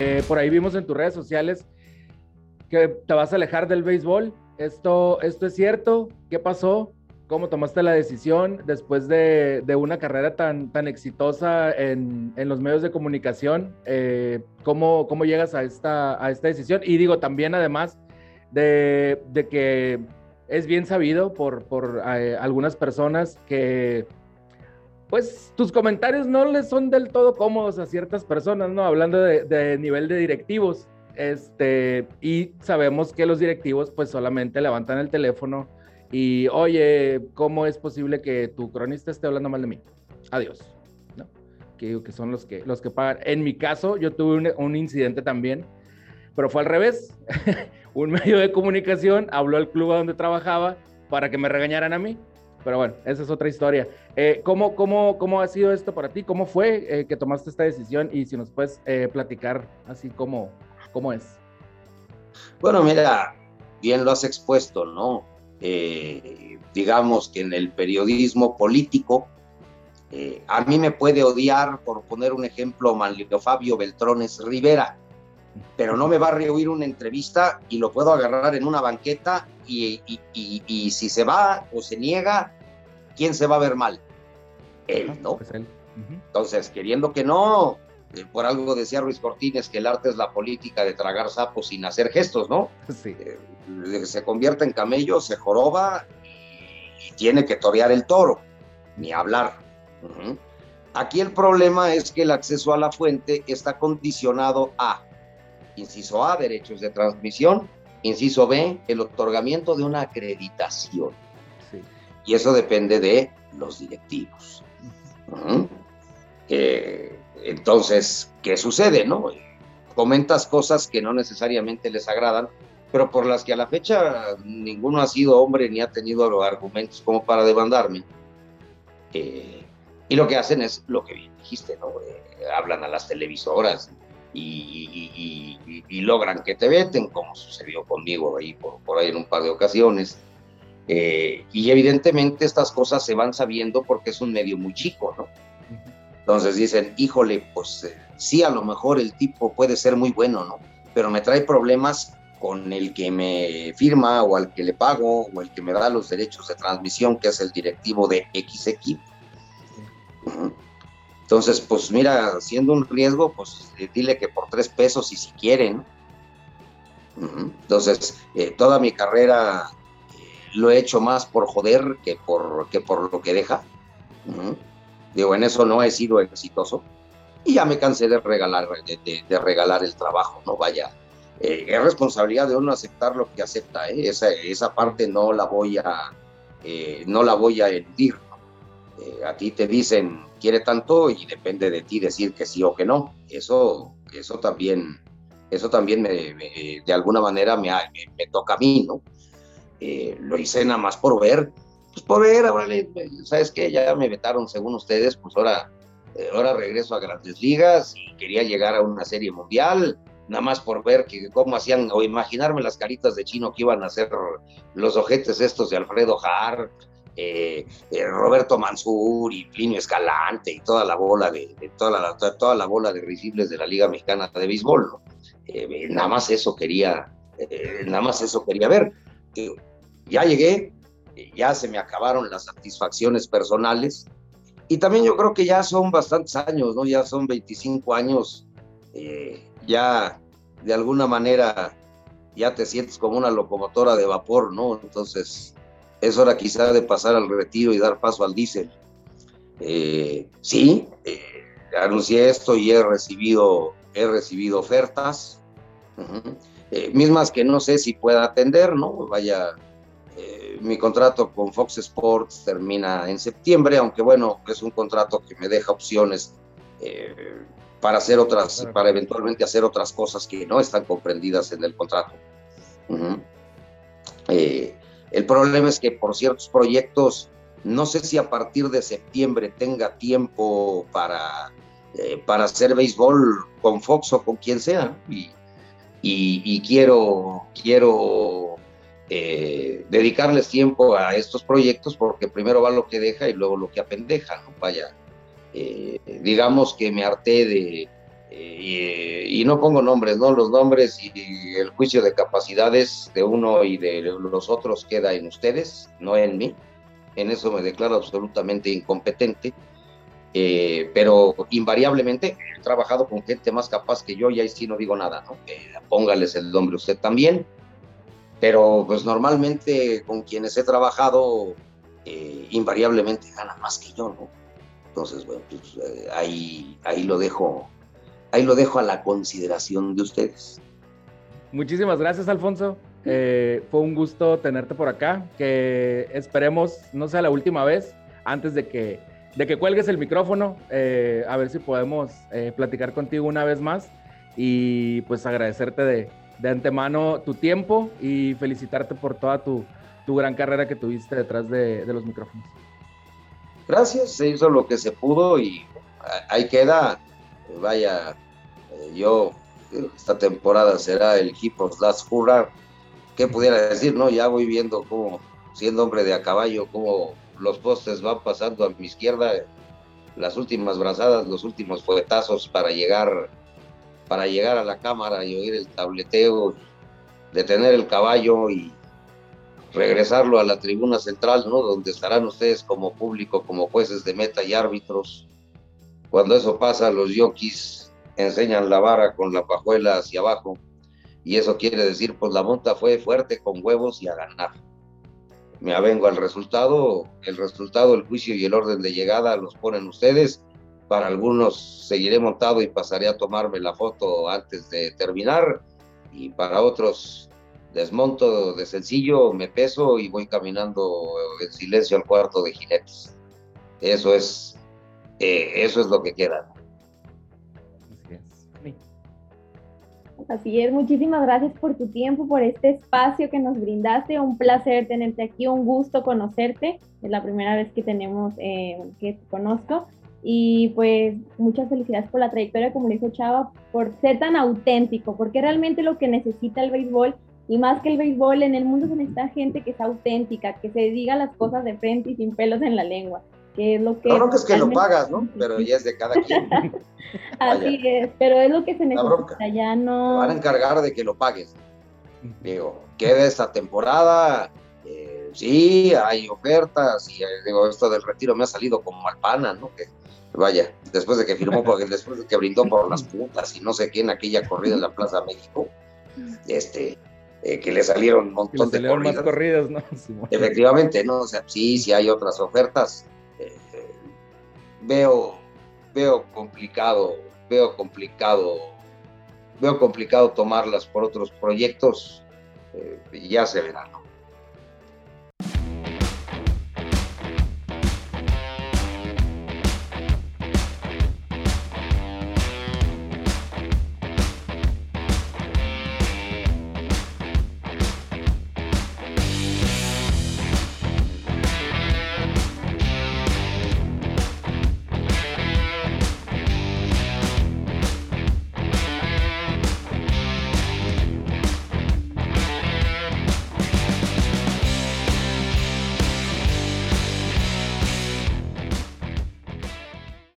Por ahí vimos en tus redes sociales que te vas a alejar del béisbol. ¿Esto es cierto? ¿Qué pasó? ¿Cómo tomaste la decisión después de una carrera tan exitosa en los medios de comunicación? ¿Cómo llegas a esta decisión? Y digo, también además de que es bien sabido por algunas personas que pues tus comentarios no les son del todo cómodos a ciertas personas, ¿no? Hablando de nivel de directivos, y sabemos que los directivos pues solamente levantan el teléfono y, oye, ¿cómo es posible que tu cronista esté hablando mal de mí? Adiós, ¿no? Que son los que pagan. En mi caso, yo tuve un incidente también, pero fue al revés. Un medio de comunicación habló al club donde trabajaba para que me regañaran a mí. Pero bueno, esa es otra historia. ¿Cómo ha sido esto para ti? ¿Cómo fue que tomaste esta decisión? Y si nos puedes platicar así cómo es. Bueno, mira, bien lo has expuesto, ¿no? Digamos que en el periodismo político, a mí me puede odiar, por poner un ejemplo, Manlio Fabio Beltrones Rivera, pero no me va a rehuir una entrevista y lo puedo agarrar en una banqueta y si se va o se niega, ¿quién se va a ver mal? Él, ¿no? Pues él. Entonces, queriendo que no, por algo decía Ruiz Cortines que el arte es la política de tragar sapos sin hacer gestos, ¿no? Sí. Se convierte en camello, se joroba y tiene que torear el toro, ni hablar. Aquí el problema es que el acceso a la fuente está condicionado a: inciso A, derechos de transmisión; inciso B, el otorgamiento de una acreditación. Sí. Y eso depende de los directivos. Entonces, ¿qué sucede, no? Comentas cosas que no necesariamente les agradan, pero por las que a la fecha ninguno ha sido hombre ni ha tenido argumentos como para demandarme. Y lo que hacen es lo que bien dijiste, ¿no? Hablan a las televisoras y logran que te veten, como sucedió conmigo ahí por ahí en un par de ocasiones. Y evidentemente estas cosas se van sabiendo porque es un medio muy chico, ¿no? Entonces dicen, híjole, pues sí, a lo mejor el tipo puede ser muy bueno, ¿no? Pero me trae problemas con el que me firma o al que le pago o el que me da los derechos de transmisión, que es el directivo de X equipo. Entonces, pues mira, siendo un riesgo, pues dile que por 3 pesos y si quieren. Entonces, toda mi carrera lo he hecho más por joder que por lo que deja. Digo, en eso no he sido exitoso y ya me cansé de regalar el trabajo, ¿no? Vaya, es responsabilidad de uno aceptar lo que acepta, ¿eh? Esa parte no la voy a eludir. A ti te dicen, quiere tanto, y depende de ti decir que sí o que no. Eso también de alguna manera me toca a mí, ¿no? Lo hice nada más por ver, vale, ¿sabes qué? Ya me vetaron según ustedes, pues ahora regreso a Grandes Ligas y quería llegar a una serie mundial, nada más por ver cómo hacían, o imaginarme las caritas de chino que iban a hacer los ojetes estos de Alfredo Har, Roberto Mansur y Plinio Escalante y toda la bola de risibles de la Liga Mexicana de Béisbol, ¿no? Nada más eso quería ver. Ya llegué, ya se me acabaron las satisfacciones personales y también yo creo que ya son bastantes años, ¿no? Ya son 25 años, ya de alguna manera ya te sientes como una locomotora de vapor, ¿no? Entonces es hora quizá de pasar al retiro y dar paso al diésel. Sí, anuncié esto y he recibido ofertas, mismas que no sé si pueda atender, ¿no? Vaya, mi contrato con Fox Sports termina en septiembre, aunque bueno, es un contrato que me deja opciones para eventualmente hacer otras cosas que no están comprendidas en el contrato. El problema es que por ciertos proyectos, no sé si a partir de septiembre tenga tiempo para hacer béisbol con Fox o con quien sea, y quiero dedicarles tiempo a estos proyectos, porque primero va lo que deja y luego lo que apendeja, ¿no? Vaya, digamos que me harté y no pongo nombres, ¿no? Los nombres y el juicio de capacidades de uno y de los otros queda en ustedes, no en mí. En eso me declaro absolutamente incompetente, pero invariablemente he trabajado con gente más capaz que yo y ahí sí no digo nada, ¿no? Póngales el nombre usted también, pero pues normalmente con quienes he trabajado invariablemente ganan más que yo, ¿no? Entonces, bueno, pues, ahí lo dejo a la consideración de ustedes. Muchísimas gracias, Alfonso. Fue un gusto tenerte por acá, que esperemos no sea la última vez antes de que cuelgues el micrófono, a ver si podemos platicar contigo una vez más y pues agradecerte de antemano tu tiempo y felicitarte por toda tu gran carrera que tuviste detrás de los micrófonos. Gracias, se hizo lo que se pudo y ahí queda. Vaya, yo esta temporada será el equipo Last Hurrah. ¿Qué pudiera decir? No, ya voy viendo cómo, siendo hombre de a caballo, cómo los postes van pasando a mi izquierda, las últimas brazadas, los últimos fuetazos para llegar a la cámara y oír el tableteo, detener el caballo y regresarlo a la tribuna central, ¿no? Donde estarán ustedes como público, como jueces de meta y árbitros. Cuando eso pasa, los jockeys enseñan la vara con la pajuela hacia abajo, y eso quiere decir, pues la monta fue fuerte, con huevos y a ganar. Me avengo al resultado, el juicio y el orden de llegada los ponen ustedes. Para algunos seguiré montado y pasaré a tomarme la foto antes de terminar, y para otros desmonto de sencillo, me peso y voy caminando en silencio al cuarto de jinetes. Eso es lo que queda. Así es, muchísimas gracias por tu tiempo, por este espacio que nos brindaste. Un placer tenerte aquí, un gusto conocerte. Es la primera vez que te conozco. Y pues muchas felicidades por la trayectoria, como le dijo Chava, por ser tan auténtico, porque realmente lo que necesita el béisbol, y más que el béisbol, en el mundo se necesita gente que sea auténtica, que se diga las cosas de frente y sin pelos en la lengua, que es lo que... La bronca es que lo pagas, ¿no? Pero ya es de cada quien. Así es, pero es lo que se necesita, ya no... Te van a encargar de que lo pagues. Digo, queda esta temporada, sí, hay ofertas, y digo, esto del retiro me ha salido como al pana, ¿no? Que vaya, después de que firmó, después de que brindó por las putas y no sé qué en aquella corrida en la Plaza México, que le salieron un montón de corridas. Más corridas, ¿no? Sí, efectivamente, ¿no? O sea, sí hay otras ofertas. Veo complicado tomarlas por otros proyectos, y ya se verá, ¿no?